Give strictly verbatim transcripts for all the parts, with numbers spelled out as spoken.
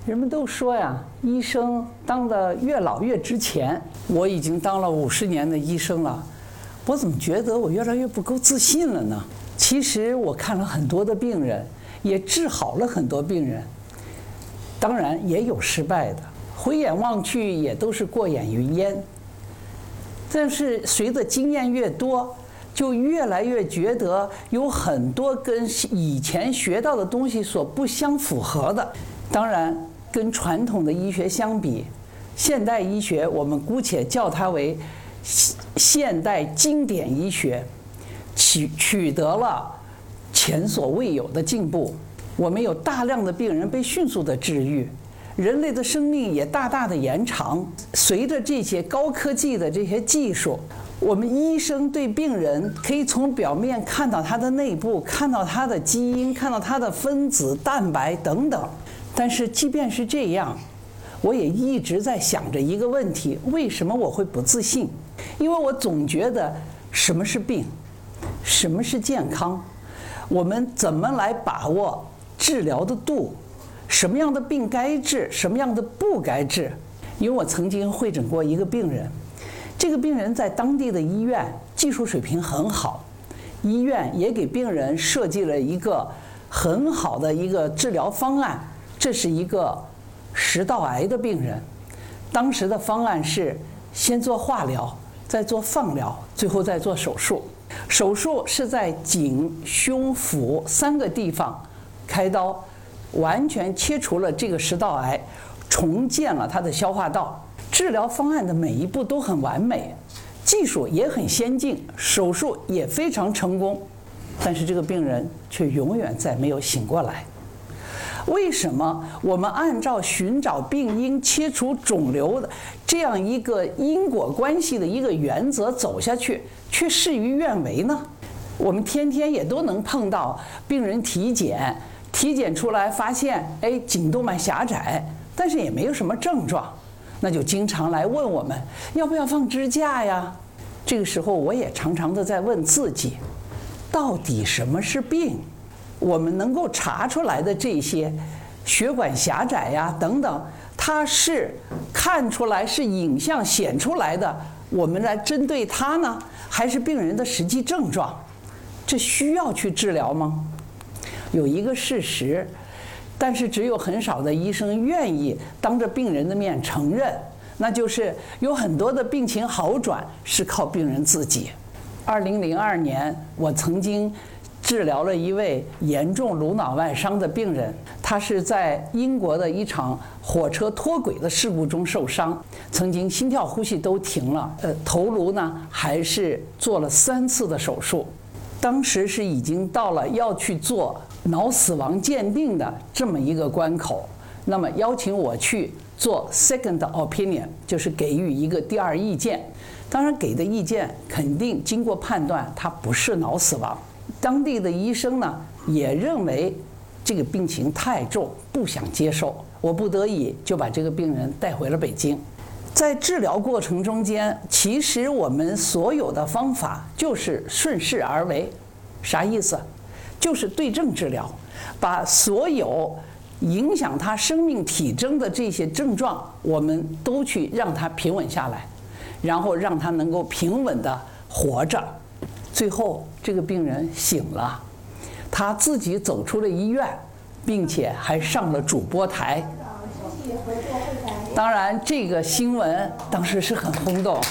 人们都说呀，医生当得越老越值钱。我已经当了五十年的医生了，我怎么觉得我越来越不够自信了呢？其实我看了很多的病人，也治好了很多病人，当然也有失败的，回眼望去也都是过眼云烟。但是随着经验越多，就越来越觉得有很多跟以前学到的东西所不相符合的。当然，跟传统的医学相比，现代医学我们姑且叫它为现代经典医学，取取得了前所未有的进步。我们有大量的病人被迅速的治愈，人类的生命也大大的延长。随着这些高科技的这些技术，我们医生对病人可以从表面看到他的内部，看到他的基因，看到他的分子、蛋白等等。但是即便是这样，我也一直在想着一个问题：为什么我会不自信？因为我总觉得什么是病，什么是健康，我们怎么来把握治疗的度，什么样的病该治，什么样的不该治。因为我曾经会诊过一个病人，这个病人在当地的医院技术水平很好，医院也给病人设计了一个很好的一个治疗方案。这是一个食道癌的病人，当时的方案是先做化疗，再做放疗，最后再做手术。手术是在颈、胸、腹三个地方开刀，完全切除了这个食道癌，重建了他的消化道。治疗方案的每一步都很完美，技术也很先进，手术也非常成功，但是这个病人却永远再没有醒过来。为什么我们按照寻找病因、切除肿瘤的这样一个因果关系的一个原则走下去，却事与愿违呢？我们天天也都能碰到病人体检，体检出来发现，哎，颈动脉狭窄，但是也没有什么症状，那就经常来问我们要不要放支架呀？这个时候我也常常的在问自己，到底什么是病？我们能够查出来的这些血管狭窄呀等等，它是看出来是影像显出来的，我们来针对它呢，还是病人的实际症状？这需要去治疗吗？有一个事实，但是只有很少的医生愿意当着病人的面承认，那就是有很多的病情好转是靠病人自己。二零零二年，我曾经治疗了一位严重颅脑外伤的病人，他是在英国的一场火车脱轨的事故中受伤，曾经心跳呼吸都停了，呃，头颅呢还是做了三次的手术，当时是已经到了要去做脑死亡鉴定的这么一个关口，那么邀请我去做 second opinion， 就是给予一个第二意见。当然给的意见肯定经过判断，它不是脑死亡。当地的医生呢也认为这个病情太重，不想接受，我不得已就把这个病人带回了北京。在治疗过程中间，其实我们所有的方法就是顺势而为。啥意思？就是对症治疗，把所有影响他生命体征的这些症状，我们都去让他平稳下来，然后让他能够平稳地活着。最后这个病人醒了，他自己走出了医院，并且还上了主播台。当然这个新闻当时是很轰动，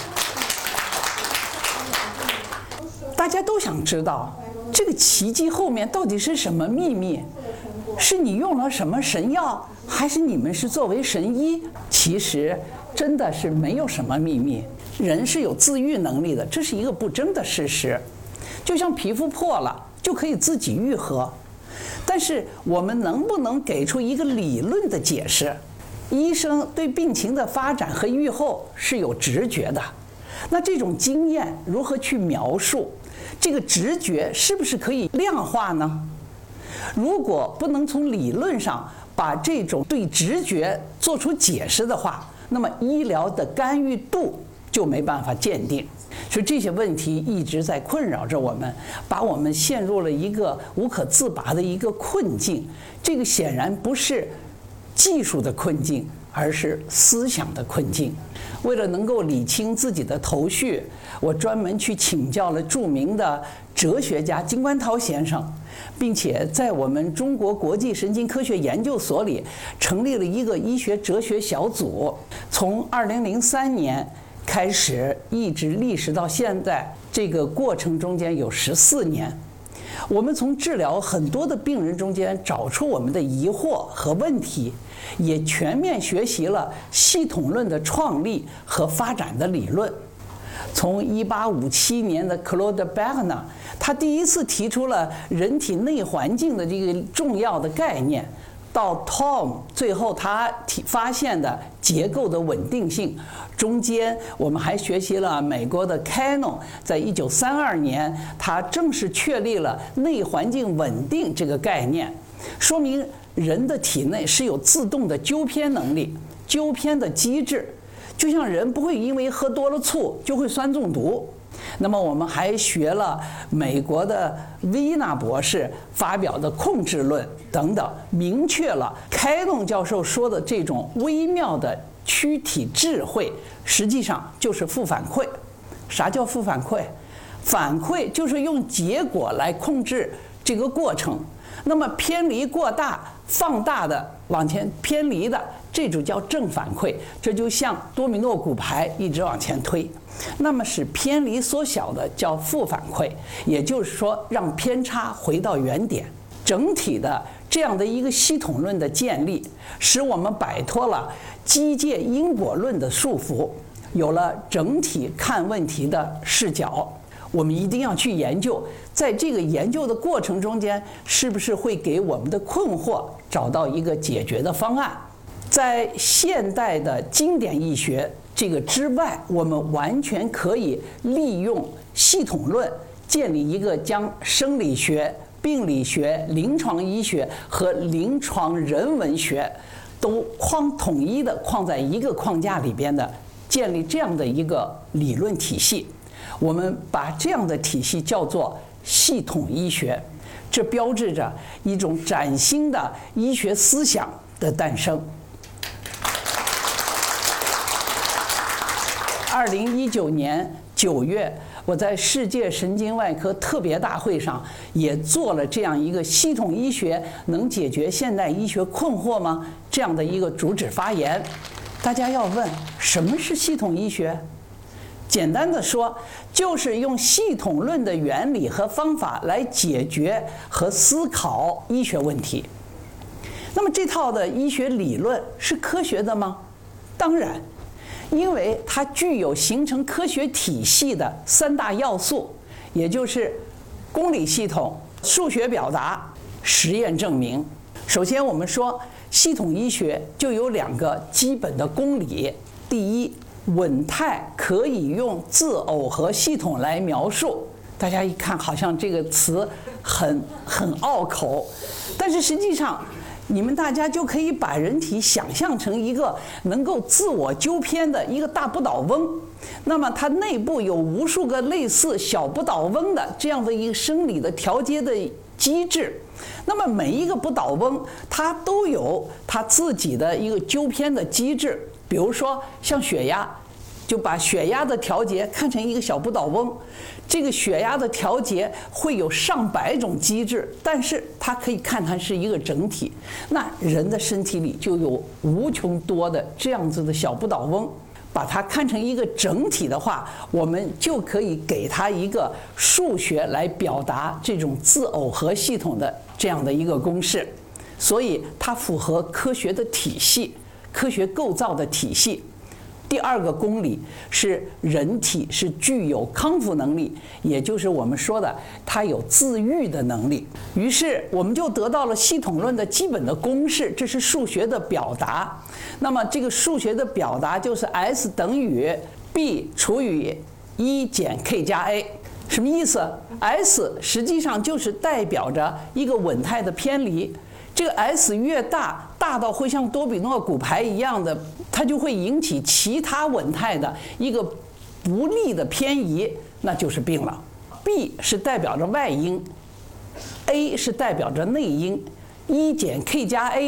大家都想知道这个奇迹后面到底是什么秘密，是你用了什么神药，还是你们是作为神医？其实真的是没有什么秘密，人是有自愈能力的，这是一个不争的事实。就像皮肤破了就可以自己愈合，但是我们能不能给出一个理论的解释？医生对病情的发展和愈后是有直觉的，那这种经验如何去描述？这个直觉是不是可以量化呢？如果不能从理论上把这种对直觉做出解释的话，那么医疗的干预度就没办法鉴定。所以这些问题一直在困扰着我们，把我们陷入了一个无可自拔的一个困境。这个显然不是技术的困境，而是思想的困境。为了能够理清自己的头绪，我专门去请教了著名的哲学家金观涛先生，并且在我们中国国际神经科学研究所里成立了一个医学哲学小组。从二零零三年开始，一直历时到现在，这个过程中间有十四年。我们从治疗很多的病人中间找出我们的疑惑和问题，也全面学习了系统论的创立和发展的理论。从一八五七年的 Claude Bernard， 他第一次提出了人体内环境的这个重要的概念，到 Tom 最后他提发现的结构的稳定性，中间我们还学习了美国的 Cannon， 在一九三二年他正式确立了内环境稳定这个概念，说明人的体内是有自动的纠偏能力、纠偏的机制，就像人不会因为喝多了醋就会酸中毒。那么我们还学了美国的维纳博士发表的控制论等等，明确了开弄教授说的这种微妙的躯体智慧，实际上就是负反馈。啥叫负反馈？反馈就是用结果来控制这个过程，那么偏离过大、放大的往前偏离的，这就叫正反馈。这就像多米诺骨牌一直往前推。那么使偏离缩小的叫负反馈，也就是说让偏差回到原点。整体的这样的一个系统论的建立，使我们摆脱了机械因果论的束缚，有了整体看问题的视角。我们一定要去研究，在这个研究的过程中间，是不是会给我们的困惑找到一个解决的方案。在现代的经典医学这个之外，我们完全可以利用系统论建立一个将生理学、病理学、临床医学和临床人文学都框统一的框在一个框架里边的，建立这样的一个理论体系。我们把这样的体系叫做系统医学，这标志着一种崭新的医学思想的诞生。二零一九年九月，我在世界神经外科特别大会上也做了这样一个系统医学能解决现代医学困惑吗？这样的一个主旨发言。大家要问，什么是系统医学？简单的说，就是用系统论的原理和方法来解决和思考医学问题。那么这套的医学理论是科学的吗？当然。因为它具有形成科学体系的三大要素，也就是公理系统、数学表达、实验证明。首先我们说系统医学就有两个基本的公理。第一，稳态可以用自耦合系统来描述。大家一看好像这个词很很拗口，但是实际上你们大家就可以把人体想象成一个能够自我纠偏的一个大不倒翁，那么它内部有无数个类似小不倒翁的这样的一个生理的调节的机制，那么每一个不倒翁它都有它自己的一个纠偏的机制。比如说像血压，就把血压的调节看成一个小不倒翁，这个血压的调节会有上百种机制，但是它可以看它是一个整体。那人的身体里就有无穷多的这样子的小不倒翁，把它看成一个整体的话，我们就可以给它一个数学来表达这种自耦合系统的这样的一个公式，所以它符合科学的体系、科学构造的体系。第二个公理是人体是具有康复能力，也就是我们说的它有自愈的能力。于是我们就得到了系统论的基本的公式，这是数学的表达。那么这个数学的表达就是 S 等于 B 除以一减 K 加 A。什么意思？ S 实际上就是代表着一个稳态的偏离，这个 S 越大，大到会像多比诺骨牌一样的，它就会引起其他稳态的一个不利的偏移，那就是病了。B 是代表着外因， A 是代表着内因，一减 K 加 A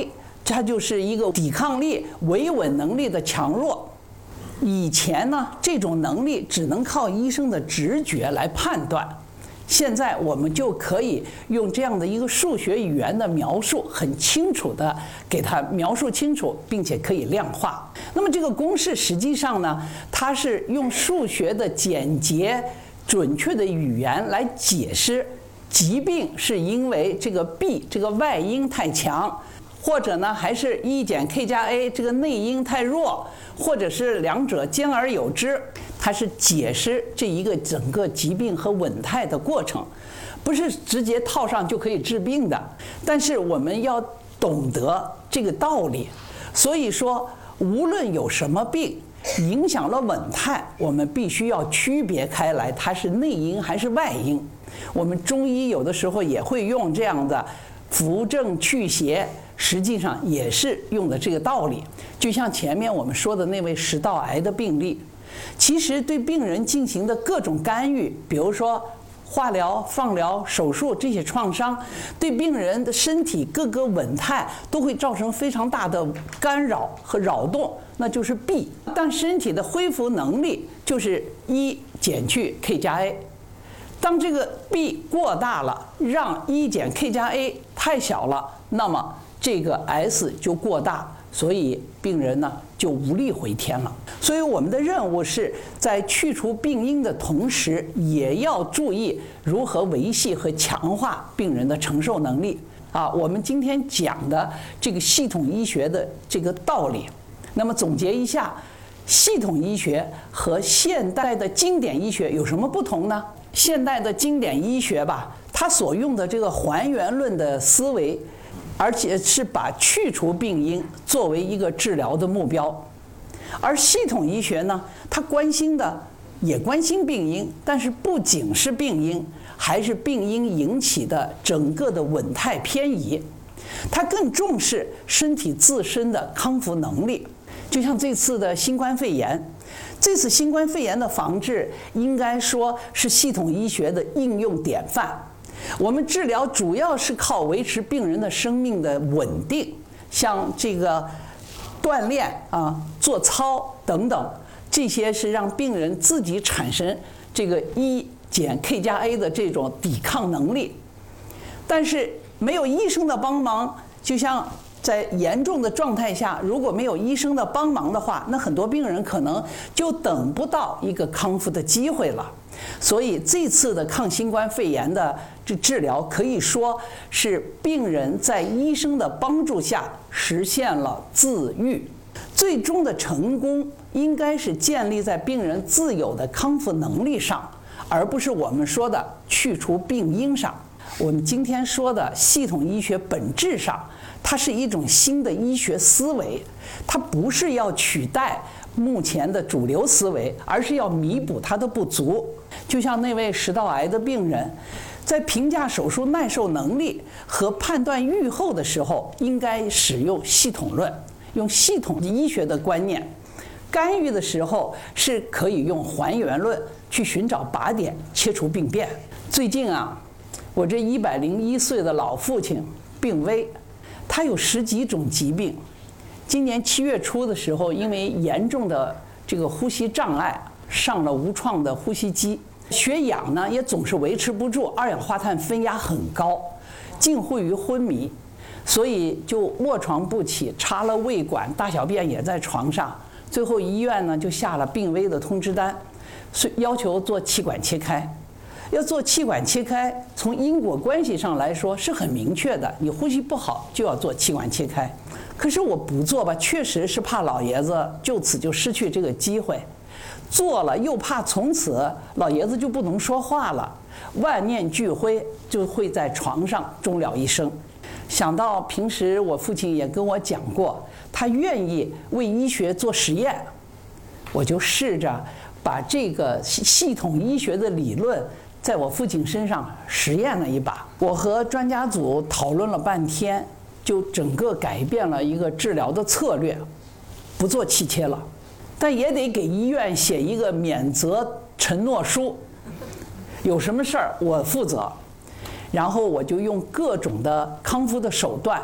它就是一个抵抗力、维稳能力的强弱。以前呢，这种能力只能靠医生的直觉来判断。现在我们就可以用这样的一个数学语言的描述，很清楚的给它描述清楚，并且可以量化。那么这个公式实际上呢，它是用数学的简洁、准确的语言来解释疾病是因为这个 B 这个外因太强，或者呢还是 E 减 K 加 A 这个内因太弱，或者是两者兼而有之。它是解释这一个整个疾病和稳态的过程，不是直接套上就可以治病的。但是我们要懂得这个道理，所以说无论有什么病影响了稳态，我们必须要区别开来，它是内因还是外因。我们中医有的时候也会用这样的扶正祛邪，实际上也是用的这个道理。就像前面我们说的那位食道癌的病例，其实对病人进行的各种干预，比如说化疗、放疗、手术这些创伤，对病人的身体各个稳态都会造成非常大的干扰和扰动，那就是 B。但身体的恢复能力就是 E 减去 K 加 A。当这个 B 过大了，让 E 减 K 加 A 太小了，那么这个 S 就过大，所以病人呢就无力回天了。所以我们的任务是在去除病因的同时，也要注意如何维系和强化病人的承受能力啊。我们今天讲的这个系统医学的这个道理，那么总结一下，系统医学和现代的经典医学有什么不同呢？现代的经典医学吧，它所用的这个还原论的思维，而且是把去除病因作为一个治疗的目标。而系统医学呢，它关心的也关心病因，但是不仅是病因，还是病因引起的整个的稳态偏移。它更重视身体自身的康复能力。就像这次的新冠肺炎，这次新冠肺炎的防治应该说是系统医学的应用典范。我们治疗主要是靠维持病人的生命的稳定，像这个锻炼啊、做操等等，这些是让病人自己产生这个 E 减 K 加 A 的这种抵抗能力。但是没有医生的帮忙，就像在严重的状态下，如果没有医生的帮忙的话，那很多病人可能就等不到一个康复的机会了。所以这次的抗新冠肺炎的这治疗可以说是病人在医生的帮助下实现了自愈，最终的成功应该是建立在病人自有的康复能力上，而不是我们说的去除病因上。我们今天说的系统医学本质上，它是一种新的医学思维，它不是要取代目前的主流思维，而是要弥补它的不足。就像那位食道癌的病人，在评价手术耐受能力和判断预后的时候，应该使用系统论，用系统医学的观念。干预的时候是可以用还原论去寻找靶点，切除病变。最近啊，我这一百零一岁的老父亲病危，他有十几种疾病。今年七月初的时候，因为严重的这个呼吸障碍，上了无创的呼吸机，血氧呢也总是维持不住，二氧化碳分压很高，近乎于昏迷，所以就卧床不起，插了胃管，大小便也在床上。最后医院呢就下了病危的通知单，是要求做气管切开。要做气管切开，从因果关系上来说是很明确的，你呼吸不好就要做气管切开。可是我不做吧，确实是怕老爷子就此就失去这个机会，做了又怕从此老爷子就不能说话了，万念俱灰，就会在床上终了一生。想到平时我父亲也跟我讲过，他愿意为医学做实验，我就试着把这个系统医学的理论在我父亲身上实验了一把。我和专家组讨论了半天，就整个改变了一个治疗的策略，不做气切了，但也得给医院写一个免责承诺书，有什么事儿我负责。然后我就用各种的康复的手段，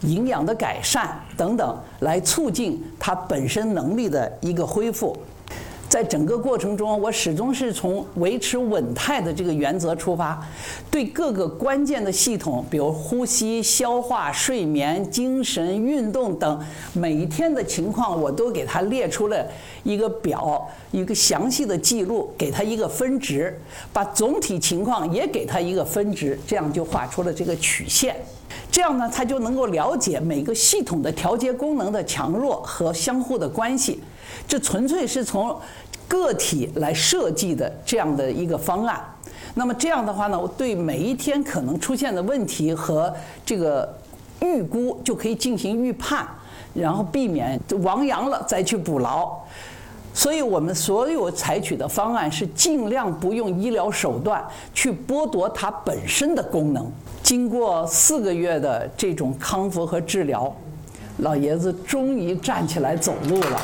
营养的改善等等，来促进它本身能力的一个恢复。在整个过程中，我始终是从维持稳态的这个原则出发，对各个关键的系统，比如呼吸、消化、睡眠、精神、运动等每一天的情况，我都给它列出了一个表，一个详细的记录，给它一个分值，把总体情况也给它一个分值，这样就画出了这个曲线。这样呢，它就能够了解每个系统的调节功能的强弱和相互的关系。这纯粹是从个体来设计的这样的一个方案。那么这样的话呢，对每一天可能出现的问题和这个预估就可以进行预判，然后避免亡羊了再去补牢。所以我们所有采取的方案是尽量不用医疗手段去剥夺它本身的功能。经过四个月的这种康复和治疗，老爷子终于站起来走路了，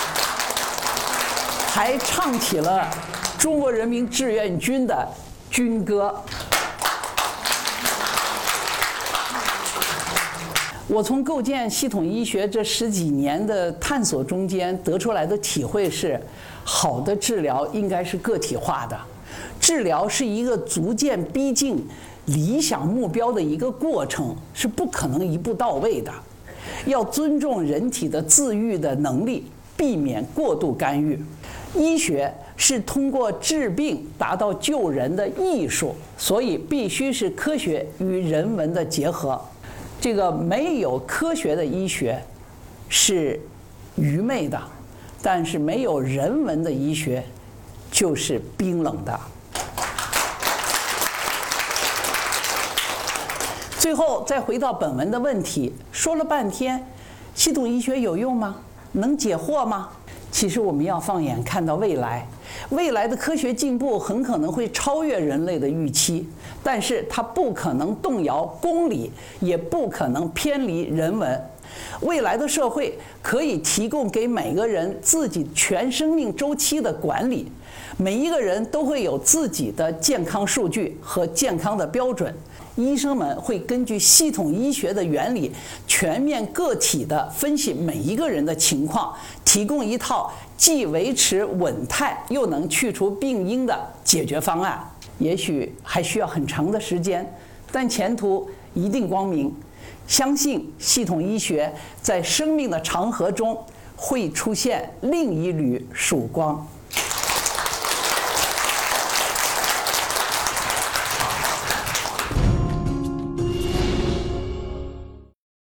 还唱起了中国人民志愿军的军歌。我从构建系统医学这十几年的探索中间得出来的体会是，好的治疗应该是个体化的，治疗是一个逐渐逼近理想目标的一个过程，是不可能一步到位的。要尊重人体的自愈的能力，避免过度干预。医学是通过治病达到救人的艺术，所以必须是科学与人文的结合。这个没有科学的医学是愚昧的，但是没有人文的医学就是冰冷的。最后再回到本文的问题，说了半天，系统医学有用吗？能解惑吗？其实我们要放眼看到未来，未来的科学进步很可能会超越人类的预期，但是它不可能动摇公理，也不可能偏离人文。未来的社会可以提供给每个人自己全生命周期的管理，每一个人都会有自己的健康数据和健康的标准。医生们会根据系统医学的原理，全面个体的分析每一个人的情况，提供一套既维持稳态又能去除病因的解决方案。也许还需要很长的时间，但前途一定光明。相信系统医学在生命的长河中会出现另一缕曙光。